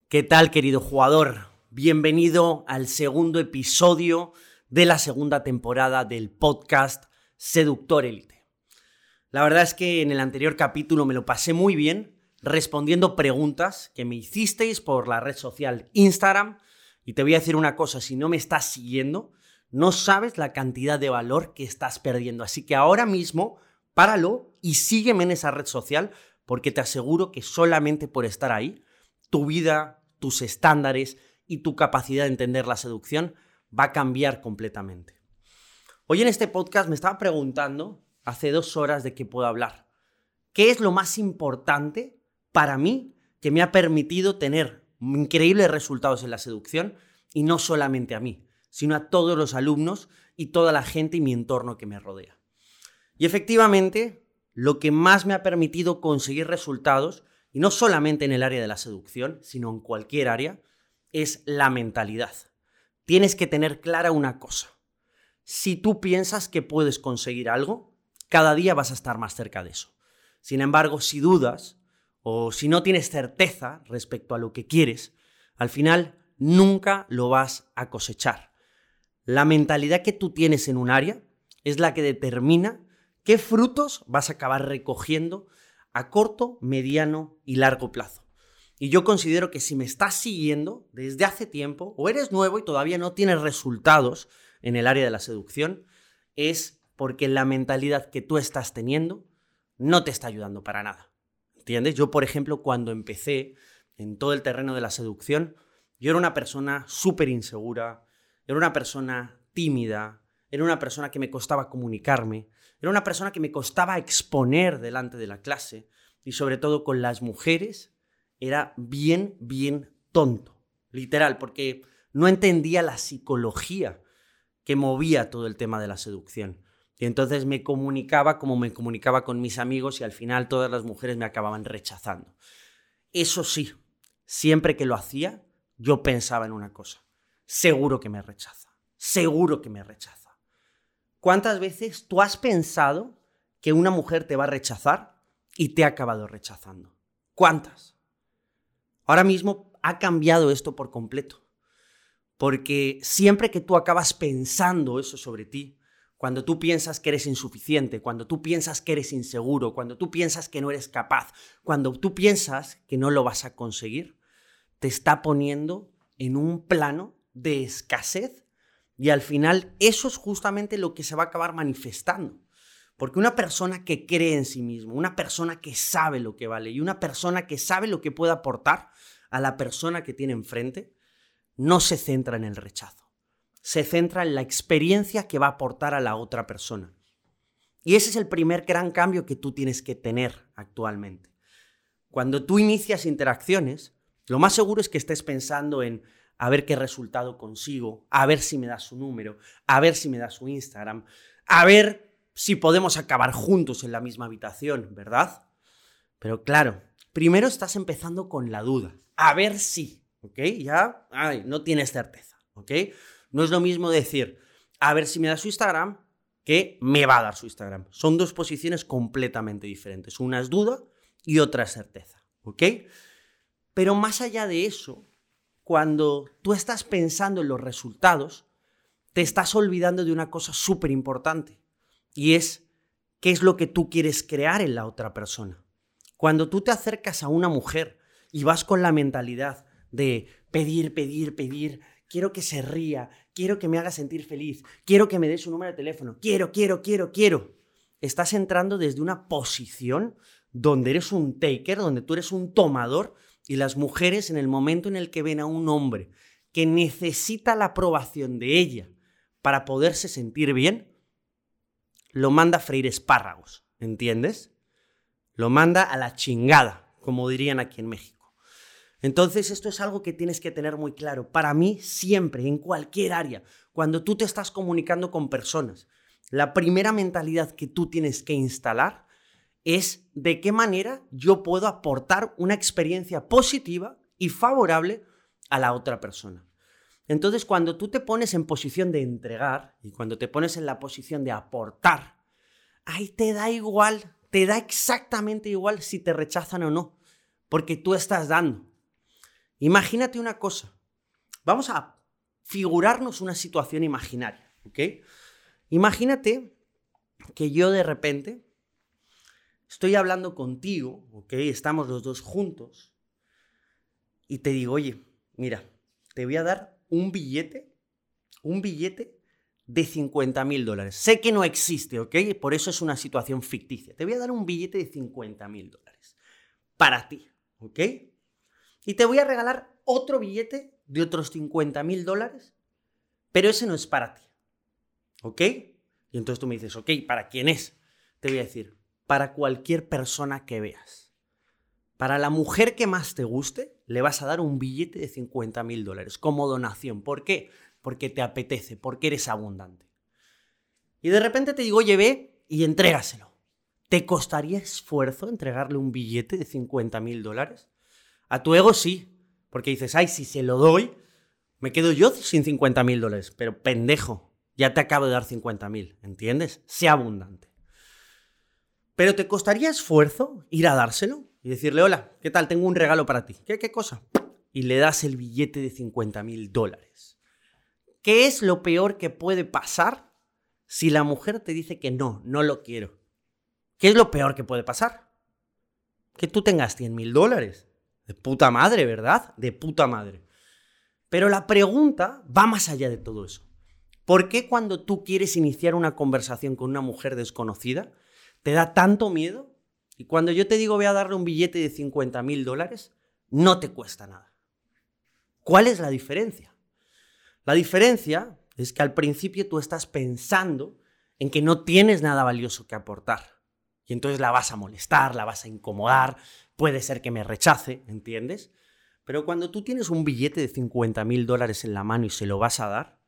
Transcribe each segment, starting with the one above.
¿Qué tal, querido jugador? Bienvenido al segundo episodio de la segunda temporada del podcast Seductor Élite. La verdad es que en el anterior capítulo me lo pasé muy bien respondiendo preguntas que me hicisteis por la red social Instagram. Y te voy a decir una cosa, si no me estás siguiendo, no sabes la cantidad de valor que estás perdiendo. Así que ahora mismo, páralo y sígueme en esa red social porque te aseguro que solamente por estar ahí, tu vida, tus estándares y tu capacidad de entender la seducción va a cambiar completamente. Hoy en este podcast me estaba preguntando, hace 2 horas de qué puedo hablar, ¿qué es lo más importante para mí que me ha permitido tener increíbles resultados en la seducción? Y no solamente a mí, sino a todos los alumnos y toda la gente y mi entorno que me rodea. Y efectivamente, lo que más me ha permitido conseguir resultados, y no solamente en el área de la seducción, sino en cualquier área, es la mentalidad. Tienes que tener clara una cosa. Si tú piensas que puedes conseguir algo, cada día vas a estar más cerca de eso. Sin embargo, si dudas o si no tienes certeza respecto a lo que quieres, al final nunca lo vas a cosechar. La mentalidad que tú tienes en un área es la que determina qué frutos vas a acabar recogiendo a corto, mediano y largo plazo. Y yo considero que si me estás siguiendo desde hace tiempo o eres nuevo y todavía no tienes resultados en el área de la seducción, es porque la mentalidad que tú estás teniendo no te está ayudando para nada. ¿Entiendes? Yo, por ejemplo, cuando empecé en todo el terreno de la seducción, yo era una persona súper insegura, era una persona tímida, era una persona que me costaba comunicarme, era una persona que me costaba exponer delante de la clase y sobre todo con las mujeres era bien tonto, literal, porque no entendía la psicología que movía todo el tema de la seducción. Y entonces me comunicaba como me comunicaba con mis amigos y al final todas las mujeres me acababan rechazando. Eso sí, siempre que lo hacía, yo pensaba en una cosa. Seguro que me rechaza. Seguro que me rechaza. ¿Cuántas veces tú has pensado que una mujer te va a rechazar y te ha acabado rechazando? ¿Cuántas? Ahora mismo ha cambiado esto por completo. Porque siempre que tú acabas pensando eso sobre ti, cuando tú piensas que eres insuficiente, cuando tú piensas que eres inseguro, cuando tú piensas que no eres capaz, cuando tú piensas que no lo vas a conseguir, te está poniendo en un plano de escasez y al final eso es justamente lo que se va a acabar manifestando. Porque una persona que cree en sí mismo, una persona que sabe lo que vale y una persona que sabe lo que puede aportar a la persona que tiene enfrente, no se centra en el rechazo. Se centra en la experiencia que va a aportar a la otra persona. Y ese es el primer gran cambio que tú tienes que tener actualmente. Cuando tú inicias interacciones, lo más seguro es que estés pensando en a ver qué resultado consigo, a ver si me da su número, a ver si me da su Instagram, a ver si podemos acabar juntos en la misma habitación, ¿verdad? Pero claro, primero estás empezando con la duda, a ver si, ¿ok? Ya no tienes certeza, ¿ok? No es lo mismo decir, a ver si me da su Instagram, que me va a dar su Instagram. Son 2 posiciones completamente diferentes. Una es duda y otra es certeza, ¿ok? Pero más allá de eso, cuando tú estás pensando en los resultados, te estás olvidando de una cosa súper importante y es qué es lo que tú quieres crear en la otra persona. Cuando tú te acercas a una mujer y vas con la mentalidad de pedir, quiero que se ría, quiero que me haga sentir feliz, quiero que me dé su número de teléfono, quiero. Estás entrando desde una posición donde eres un taker, donde tú eres un tomador. Y las mujeres, en el momento en el que ven a un hombre que necesita la aprobación de ella para poderse sentir bien, lo manda a freír espárragos, ¿entiendes? Lo manda a la chingada, como dirían aquí en México. Entonces, esto es algo que tienes que tener muy claro. Para mí, siempre, en cualquier área, cuando tú te estás comunicando con personas, la primera mentalidad que tú tienes que instalar es de qué manera yo puedo aportar una experiencia positiva y favorable a la otra persona. Entonces, cuando tú te pones en posición de entregar y cuando te pones en la posición de aportar, ahí te da igual, te da exactamente igual si te rechazan o no, porque tú estás dando. Imagínate una cosa. Vamos a figurarnos una situación imaginaria, ¿ok? Imagínate que yo de repente estoy hablando contigo, ¿ok? Estamos los dos juntos y te digo, oye, mira, te voy a dar un billete de $50,000. Sé que no existe, ¿ok? Por eso es una situación ficticia. Te voy a dar un billete de $50,000 para ti, ¿ok? Y te voy a regalar otro billete de otros $50,000, pero ese no es para ti, ¿ok? Y entonces tú me dices, ok, ¿para quién es? Te voy a decir, para cualquier persona que veas. Para la mujer que más te guste, le vas a dar un billete de $50,000 como donación. ¿Por qué? Porque te apetece, porque eres abundante. Y de repente te digo, oye, ve y entrégaselo. ¿Te costaría esfuerzo entregarle un billete de $50,000? A tu ego sí, porque dices, ay, si se lo doy, me quedo yo sin $50,000. Pero pendejo, ya te acabo de dar 50,000, ¿entiendes? Sea abundante. Pero ¿te costaría esfuerzo ir a dárselo y decirle, hola, ¿qué tal? Tengo un regalo para ti. ¿Qué cosa? Y le das el billete de $50,000. ¿Qué es lo peor que puede pasar si la mujer te dice que no lo quiero? ¿Qué es lo peor que puede pasar? Que tú tengas $100,000. De puta madre, ¿verdad? De puta madre. Pero la pregunta va más allá de todo eso. ¿Por qué cuando tú quieres iniciar una conversación con una mujer desconocida te da tanto miedo? Y cuando yo te digo voy a darle un billete de $50,000, no te cuesta nada. ¿Cuál es la diferencia? La diferencia es que al principio tú estás pensando en que no tienes nada valioso que aportar. Y entonces la vas a molestar, la vas a incomodar, puede ser que me rechace, ¿entiendes? Pero cuando tú tienes un billete de $50,000 en la mano y se lo vas a dar,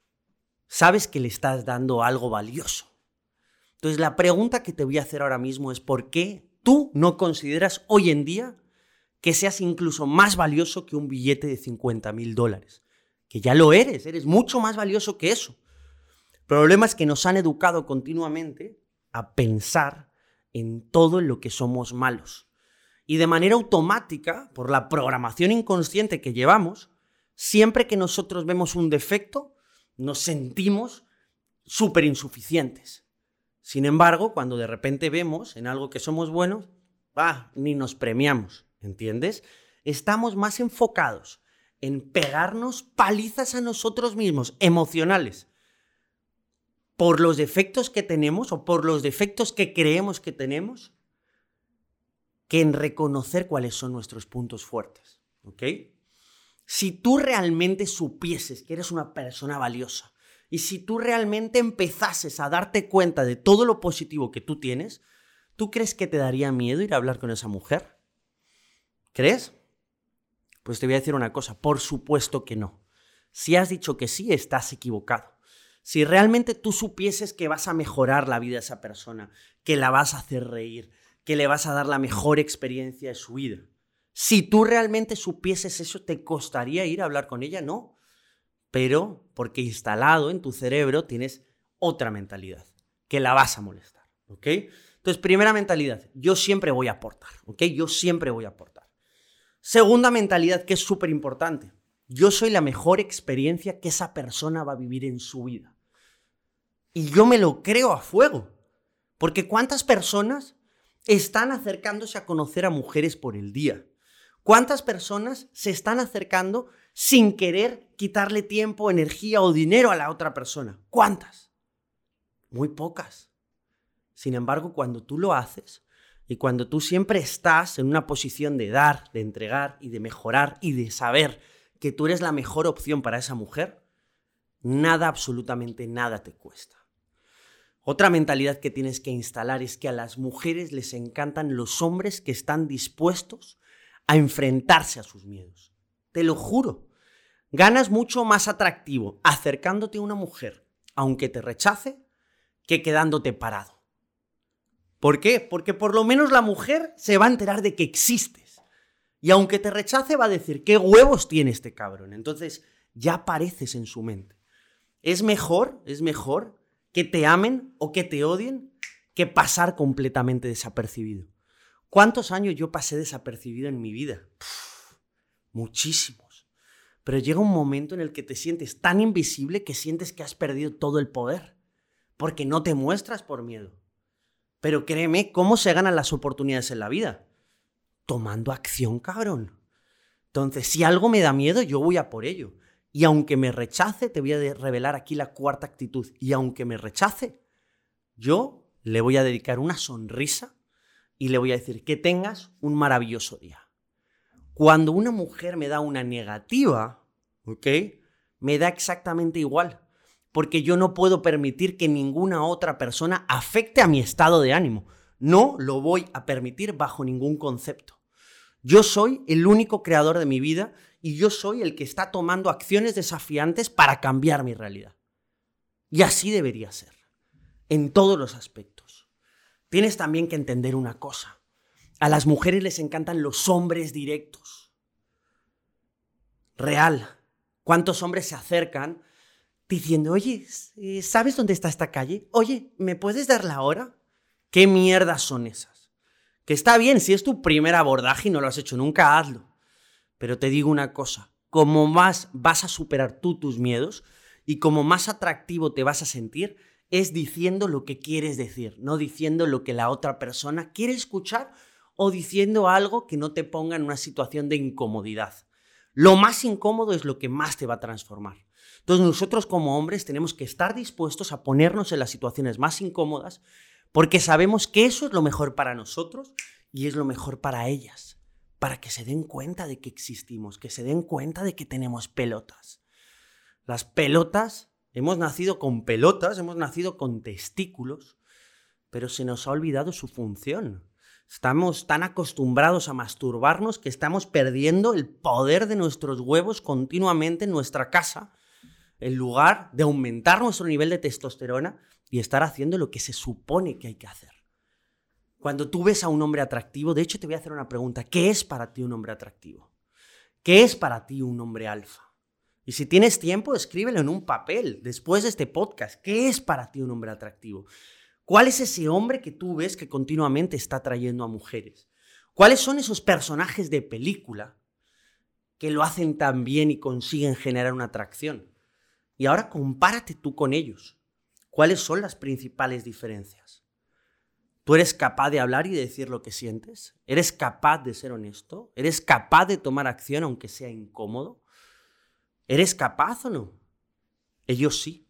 sabes que le estás dando algo valioso. Entonces la pregunta que te voy a hacer ahora mismo es ¿por qué tú no consideras hoy en día que seas incluso más valioso que un billete de $50,000? Que ya lo eres mucho más valioso que eso. El problema es que nos han educado continuamente a pensar en todo en lo que somos malos. Y de manera automática, por la programación inconsciente que llevamos, siempre que nosotros vemos un defecto, nos sentimos súper insuficientes. Sin embargo, cuando de repente vemos en algo que somos buenos, ni nos premiamos, ¿entiendes? Estamos más enfocados en pegarnos palizas a nosotros mismos, emocionales, por los defectos que tenemos o por los defectos que creemos que tenemos, que en reconocer cuáles son nuestros puntos fuertes, ¿ok? Si tú realmente supieses que eres una persona valiosa y si tú realmente empezases a darte cuenta de todo lo positivo que tú tienes, ¿tú crees que te daría miedo ir a hablar con esa mujer? ¿Crees? Pues te voy a decir una cosa, por supuesto que no. Si has dicho que sí, estás equivocado. Si realmente tú supieses que vas a mejorar la vida de esa persona, que la vas a hacer reír, que le vas a dar la mejor experiencia de su vida, si tú realmente supieses eso, ¿te costaría ir a hablar con ella? No. Pero porque instalado en tu cerebro tienes otra mentalidad, que la vas a molestar, ¿ok? Entonces, primera mentalidad, yo siempre voy a aportar, ¿ok? Yo siempre voy a aportar. Segunda mentalidad, que es súper importante, yo soy la mejor experiencia que esa persona va a vivir en su vida. Y yo me lo creo a fuego, porque ¿cuántas personas están acercándose a conocer a mujeres por el día? ¿Cuántas personas se están acercando sin querer quitarle tiempo, energía o dinero a la otra persona? ¿Cuántas? Muy pocas. Sin embargo, cuando tú lo haces y cuando tú siempre estás en una posición de dar, de entregar y de mejorar y de saber que tú eres la mejor opción para esa mujer, nada, absolutamente nada te cuesta. Otra mentalidad que tienes que instalar es que a las mujeres les encantan los hombres que están dispuestos a enfrentarse a sus miedos. Te lo juro. Ganas mucho más atractivo acercándote a una mujer, aunque te rechace, que quedándote parado. ¿Por qué? Porque por lo menos la mujer se va a enterar de que existes. Y aunque te rechace, va a decir, ¿qué huevos tiene este cabrón? Entonces ya apareces en su mente. Es mejor que te amen o que te odien que pasar completamente desapercibido. ¿Cuántos años yo pasé desapercibido en mi vida? muchísimos. Pero llega un momento en el que te sientes tan invisible que sientes que has perdido todo el poder, porque no te muestras por miedo. Pero créeme, ¿cómo se ganan las oportunidades en la vida? Tomando acción, cabrón. Entonces, si algo me da miedo, yo voy a por ello. Y aunque me rechace, te voy a revelar aquí la cuarta actitud. Y aunque me rechace, yo le voy a dedicar una sonrisa y le voy a decir que tengas un maravilloso día. Cuando una mujer me da una negativa, ¿ok? Me da exactamente igual. Porque yo no puedo permitir que ninguna otra persona afecte a mi estado de ánimo. No lo voy a permitir bajo ningún concepto. Yo soy el único creador de mi vida y yo soy el que está tomando acciones desafiantes para cambiar mi realidad. Y así debería ser, en todos los aspectos. Tienes también que entender una cosa. A las mujeres les encantan los hombres directos. Real. ¿Cuántos hombres se acercan diciendo, oye, ¿sabes dónde está esta calle? Oye, ¿me puedes dar la hora? ¿Qué mierdas son esas? Que está bien, si es tu primer abordaje y no lo has hecho nunca, hazlo. Pero te digo una cosa, como más vas a superar tú tus miedos y como más atractivo te vas a sentir, es diciendo lo que quieres decir, no diciendo lo que la otra persona quiere escuchar o diciendo algo que no te ponga en una situación de incomodidad. Lo más incómodo es lo que más te va a transformar. Entonces nosotros como hombres tenemos que estar dispuestos a ponernos en las situaciones más incómodas porque sabemos que eso es lo mejor para nosotros y es lo mejor para ellas, para que se den cuenta de que existimos, que se den cuenta de que tenemos pelotas. Las pelotas, hemos nacido con pelotas, hemos nacido con testículos, pero se nos ha olvidado su función. Estamos tan acostumbrados a masturbarnos que estamos perdiendo el poder de nuestros huevos continuamente en nuestra casa, en lugar de aumentar nuestro nivel de testosterona y estar haciendo lo que se supone que hay que hacer. Cuando tú ves a un hombre atractivo, de hecho te voy a hacer una pregunta, ¿qué es para ti un hombre atractivo? ¿Qué es para ti un hombre alfa? Y si tienes tiempo, escríbelo en un papel después de este podcast. ¿Qué es para ti un hombre atractivo? ¿Cuál es ese hombre que tú ves que continuamente está atrayendo a mujeres? ¿Cuáles son esos personajes de película que lo hacen tan bien y consiguen generar una atracción? Y ahora compárate tú con ellos. ¿Cuáles son las principales diferencias? ¿Tú eres capaz de hablar y de decir lo que sientes? ¿Eres capaz de ser honesto? ¿Eres capaz de tomar acción aunque sea incómodo? ¿Eres capaz o no? Ellos sí.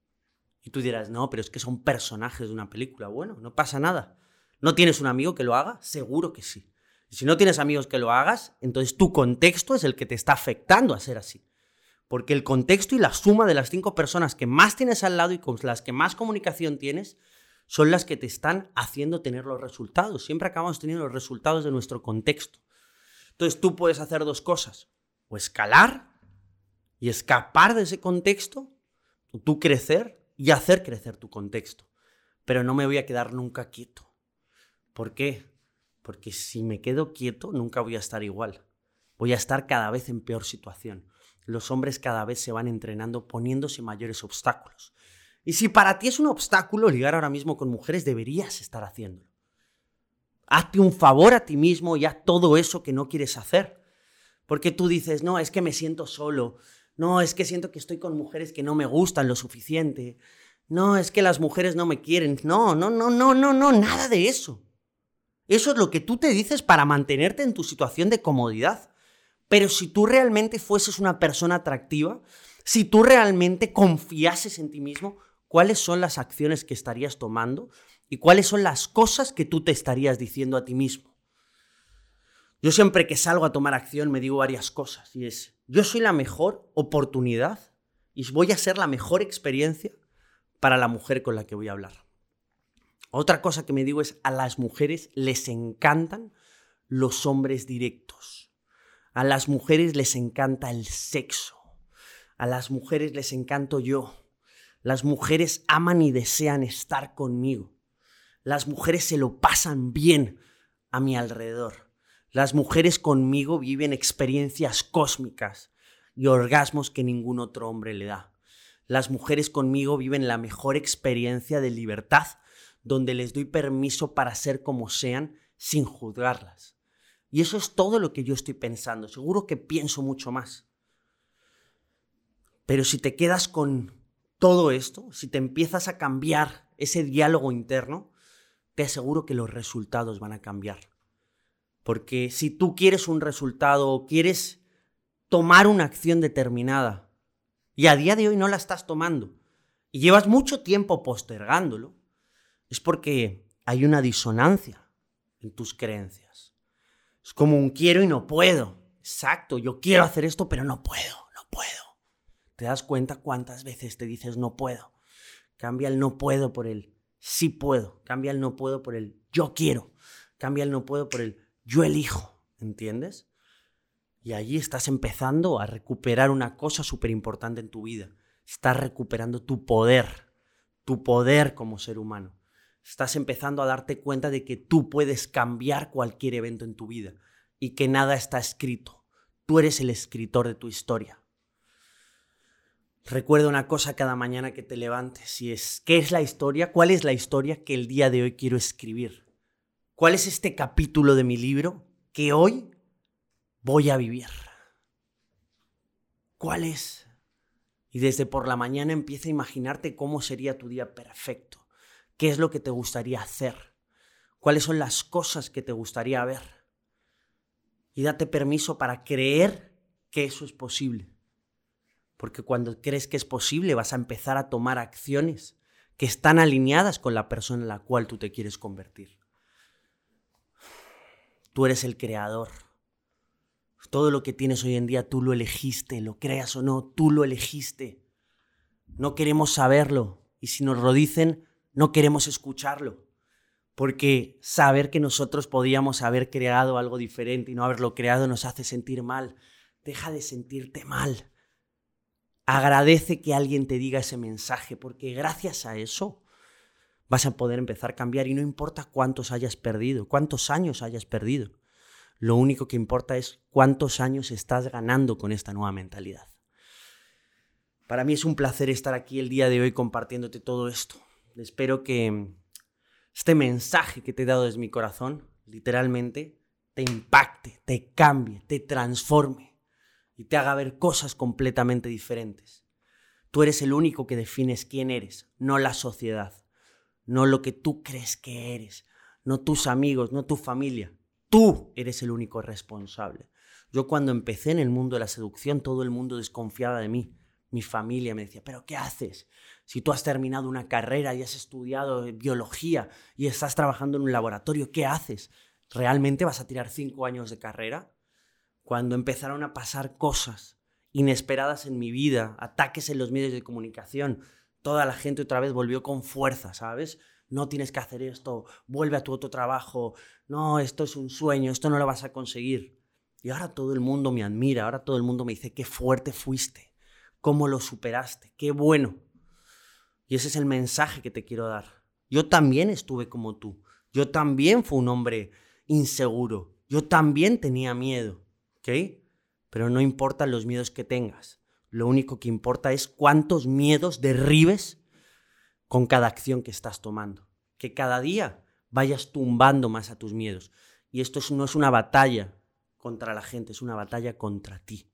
Y tú dirás, no, pero es que son personajes de una película. Bueno, no pasa nada. ¿No tienes un amigo que lo haga? Seguro que sí. Y si no tienes amigos que lo hagas, entonces tu contexto es el que te está afectando a ser así. Porque el contexto y la suma de las 5 personas que más tienes al lado y con las que más comunicación tienes son las que te están haciendo tener los resultados. Siempre acabamos teniendo los resultados de nuestro contexto. Entonces tú puedes hacer 2 cosas. O escalar y escapar de ese contexto, o tú crecer y hacer crecer tu contexto. Pero no me voy a quedar nunca quieto. ¿Por qué? Porque si me quedo quieto nunca voy a estar igual. Voy a estar cada vez en peor situación. Los hombres cada vez se van entrenando poniéndose mayores obstáculos. Y si para ti es un obstáculo ligar ahora mismo con mujeres, deberías estar haciéndolo. Hazte un favor a ti mismo y haz todo eso que no quieres hacer. Porque tú dices, no, es que me siento solo. No, es que siento que estoy con mujeres que no me gustan lo suficiente. No, es que las mujeres no me quieren. No, nada de eso. Eso es lo que tú te dices para mantenerte en tu situación de comodidad. Pero si tú realmente fueses una persona atractiva, si tú realmente confiases en ti mismo, ¿cuáles son las acciones que estarías tomando y cuáles son las cosas que tú te estarías diciendo a ti mismo? Yo siempre que salgo a tomar acción me digo varias cosas y es, yo soy la mejor oportunidad y voy a ser la mejor experiencia para la mujer con la que voy a hablar. Otra cosa que me digo es, a las mujeres les encantan los hombres directos. A las mujeres les encanta el sexo. A las mujeres les encanto yo. Las mujeres aman y desean estar conmigo. Las mujeres se lo pasan bien a mi alrededor. Las mujeres conmigo viven experiencias cósmicas y orgasmos que ningún otro hombre le da. Las mujeres conmigo viven la mejor experiencia de libertad, donde les doy permiso para ser como sean sin juzgarlas. Y eso es todo lo que yo estoy pensando. Seguro que pienso mucho más. Pero si te quedas con todo esto, si te empiezas a cambiar ese diálogo interno, te aseguro que los resultados van a cambiar. Porque si tú quieres un resultado o quieres tomar una acción determinada y a día de hoy no la estás tomando y llevas mucho tiempo postergándolo, es porque hay una disonancia en tus creencias. Es como un quiero y no puedo. Exacto, yo quiero hacer esto, pero no puedo. ¿Te das cuenta cuántas veces te dices no puedo? Cambia el no puedo por el sí puedo. Cambia el no puedo por el yo quiero. Cambia el no puedo por el yo elijo. ¿Entiendes? Y allí estás empezando a recuperar una cosa súper importante en tu vida. Estás recuperando tu poder como ser humano. Estás empezando a darte cuenta de que tú puedes cambiar cualquier evento en tu vida y que nada está escrito. Tú eres el escritor de tu historia. Recuerda una cosa cada mañana que te levantes y es, ¿qué es la historia? ¿Cuál es la historia que el día de hoy quiero escribir? ¿Cuál es este capítulo de mi libro que hoy voy a vivir? ¿Cuál es? Y desde por la mañana empieza a imaginarte cómo sería tu día perfecto. ¿Qué es lo que te gustaría hacer? ¿Cuáles son las cosas que te gustaría ver? Y date permiso para creer que eso es posible. Porque cuando crees que es posible vas a empezar a tomar acciones que están alineadas con la persona en la cual tú te quieres convertir. Tú eres el creador. Todo lo que tienes hoy en día tú lo elegiste, lo creas o no, tú lo elegiste. No queremos saberlo y si nos lo dicen, no queremos escucharlo. Porque saber que nosotros podíamos haber creado algo diferente y no haberlo creado nos hace sentir mal. Deja de sentirte mal. Agradece que alguien te diga ese mensaje, porque gracias a eso vas a poder empezar a cambiar y no importa cuántos hayas perdido, cuántos años hayas perdido. Lo único que importa es cuántos años estás ganando con esta nueva mentalidad. Para mí es un placer estar aquí el día de hoy compartiéndote todo esto. Espero que este mensaje que te he dado desde mi corazón, literalmente, te impacte, te cambie, te transforme y te haga ver cosas completamente diferentes. Tú eres el único que defines quién eres, no la sociedad, no lo que tú crees que eres, no tus amigos, no tu familia. Tú eres el único responsable. Yo cuando empecé en el mundo de la seducción, todo el mundo desconfiaba de mí. Mi familia me decía, ¿pero qué haces? Si tú has terminado una carrera y has estudiado biología y estás trabajando en un laboratorio, ¿qué haces? ¿Realmente vas a tirar 5 años de carrera? Cuando empezaron a pasar cosas inesperadas en mi vida, ataques en los medios de comunicación, toda la gente otra vez volvió con fuerza, ¿sabes? No tienes que hacer esto, vuelve a tu otro trabajo, no, esto es un sueño, esto no lo vas a conseguir. Y ahora todo el mundo me admira, ahora todo el mundo me dice, qué fuerte fuiste, cómo lo superaste, qué bueno. Y ese es el mensaje que te quiero dar. Yo también estuve como tú, yo también fui un hombre inseguro, yo también tenía miedo. ¿Ok? Pero no importan los miedos que tengas. Lo único que importa es cuántos miedos derribes con cada acción que estás tomando. Que cada día vayas tumbando más a tus miedos. Y esto no es una batalla contra la gente, es una batalla contra ti.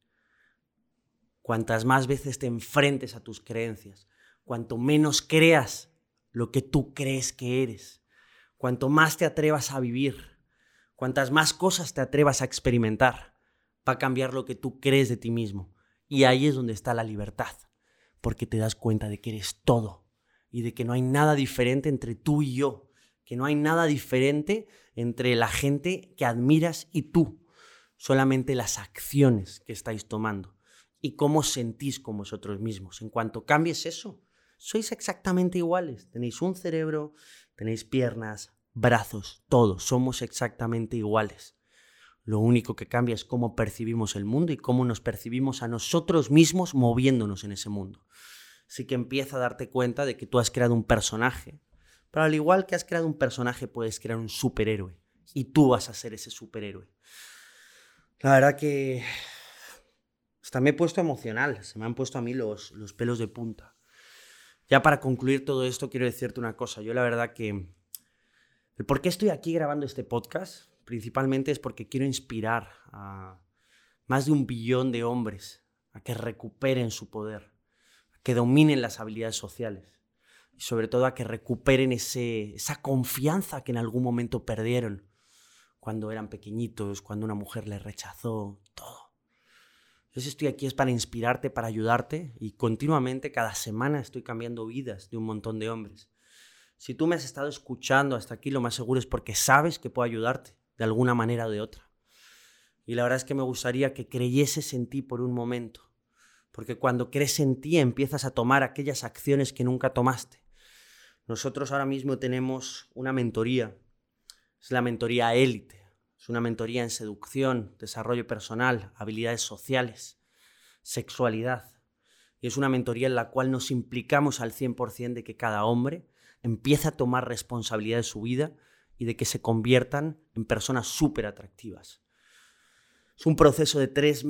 Cuantas más veces te enfrentes a tus creencias, cuanto menos creas lo que tú crees que eres, cuanto más te atrevas a vivir, cuantas más cosas te atrevas a experimentar, va a cambiar lo que tú crees de ti mismo. Y ahí es donde está la libertad, porque te das cuenta de que eres todo y de que no hay nada diferente entre tú y yo, que no hay nada diferente entre la gente que admiras y tú, solamente las acciones que estáis tomando y cómo sentís con vosotros mismos. En cuanto cambies eso, sois exactamente iguales. Tenéis un cerebro, tenéis piernas, brazos, todos, somos exactamente iguales. Lo único que cambia es cómo percibimos el mundo y cómo nos percibimos a nosotros mismos moviéndonos en ese mundo. Así que empieza a darte cuenta de que tú has creado un personaje, pero al igual que has creado un personaje, puedes crear un superhéroe y tú vas a ser ese superhéroe. La verdad que hasta me he puesto emocional, se me han puesto a mí los pelos de punta. Ya para concluir todo esto, quiero decirte una cosa. Yo la verdad que el por qué estoy aquí grabando este podcast, principalmente es porque quiero inspirar a más de 1 billón de hombres a que recuperen su poder, a que dominen las habilidades sociales y sobre todo a que recuperen esa confianza que en algún momento perdieron cuando eran pequeñitos, cuando una mujer les rechazó, todo. Entonces estoy aquí es para inspirarte, para ayudarte y continuamente cada semana estoy cambiando vidas de un montón de hombres. Si tú me has estado escuchando hasta aquí, lo más seguro es porque sabes que puedo ayudarte de alguna manera o de otra. Y la verdad es que me gustaría que creyeses en ti por un momento, porque cuando crees en ti empiezas a tomar aquellas acciones que nunca tomaste. Nosotros ahora mismo tenemos una mentoría, es la mentoría élite, es una mentoría en seducción, desarrollo personal, habilidades sociales, sexualidad. Y es una mentoría en la cual nos implicamos al 100% de que cada hombre empiece a tomar responsabilidad de su vida y de que se conviertan en personas súper atractivas. Es un proceso de 3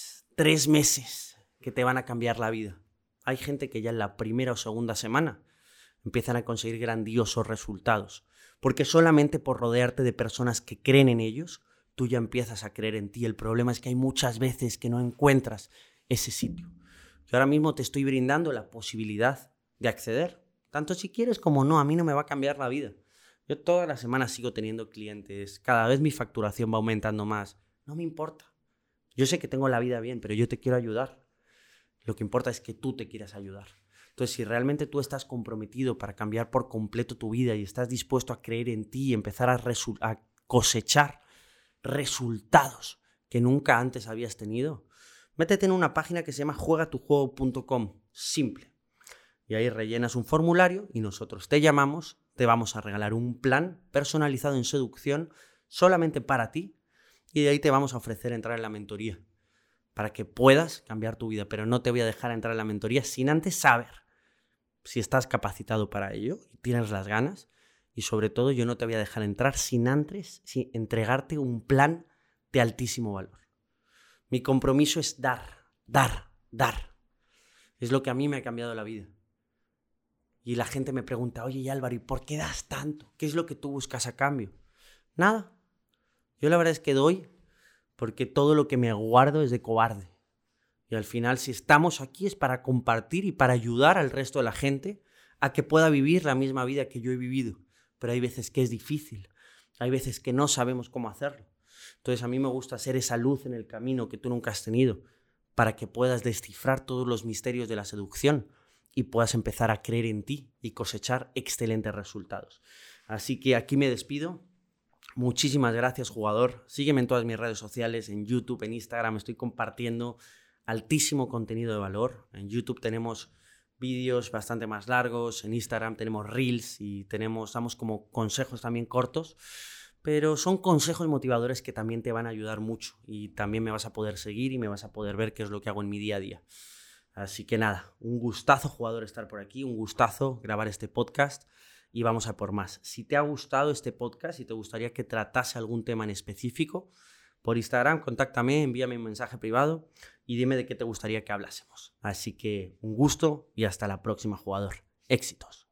meses que te van a cambiar la vida. Hay gente que ya en la primera o segunda semana empiezan a conseguir grandiosos resultados, porque solamente por rodearte de personas que creen en ellos, tú ya empiezas a creer en ti. El problema es que hay muchas veces que no encuentras ese sitio. Yo ahora mismo te estoy brindando la posibilidad de acceder, tanto si quieres como no. A mí no me va a cambiar la vida. Yo todas las semanas sigo teniendo clientes, cada vez mi facturación va aumentando más. No me importa. Yo sé que tengo la vida bien, pero yo te quiero ayudar. Lo que importa es que tú te quieras ayudar. Entonces, si realmente tú estás comprometido para cambiar por completo tu vida y estás dispuesto a creer en ti y empezar a cosechar resultados que nunca antes habías tenido, métete en una página que se llama juegatujuego.com, simple. Y ahí rellenas un formulario y nosotros te llamamos, te vamos a regalar un plan personalizado en seducción solamente para ti y de ahí te vamos a ofrecer entrar en la mentoría para que puedas cambiar tu vida. Pero no te voy a dejar entrar en la mentoría sin antes saber si estás capacitado para ello y tienes las ganas. Y sobre todo yo no te voy a dejar entrar sin antes entregarte un plan de altísimo valor. Mi compromiso es dar. Es lo que a mí me ha cambiado la vida. Y la gente me pregunta, oye, y Álvaro, ¿y por qué das tanto? ¿Qué es lo que tú buscas a cambio? Nada. Yo la verdad es que doy porque todo lo que me guardo es de cobarde. Y al final, si estamos aquí es para compartir y para ayudar al resto de la gente a que pueda vivir la misma vida que yo he vivido. Pero hay veces que es difícil. Hay veces que no sabemos cómo hacerlo. Entonces a mí me gusta ser esa luz en el camino que tú nunca has tenido para que puedas descifrar todos los misterios de la seducción y puedas empezar a creer en ti y cosechar excelentes resultados. Así que aquí me despido. Muchísimas gracias, jugador. Sígueme en todas mis redes sociales, en YouTube, en Instagram. Estoy compartiendo altísimo contenido de valor. En YouTube tenemos vídeos bastante más largos, en Instagram tenemos Reels y damos como consejos también cortos, pero son consejos motivadores que también te van a ayudar mucho y también me vas a poder seguir y me vas a poder ver qué es lo que hago en mi día a día. Así que nada, un gustazo, jugador, estar por aquí, un gustazo grabar este podcast y vamos a por más. Si te ha gustado este podcast y te gustaría que tratase algún tema en específico, por Instagram, contáctame, envíame un mensaje privado y dime de qué te gustaría que hablásemos. Así que un gusto y hasta la próxima, jugador. Éxitos.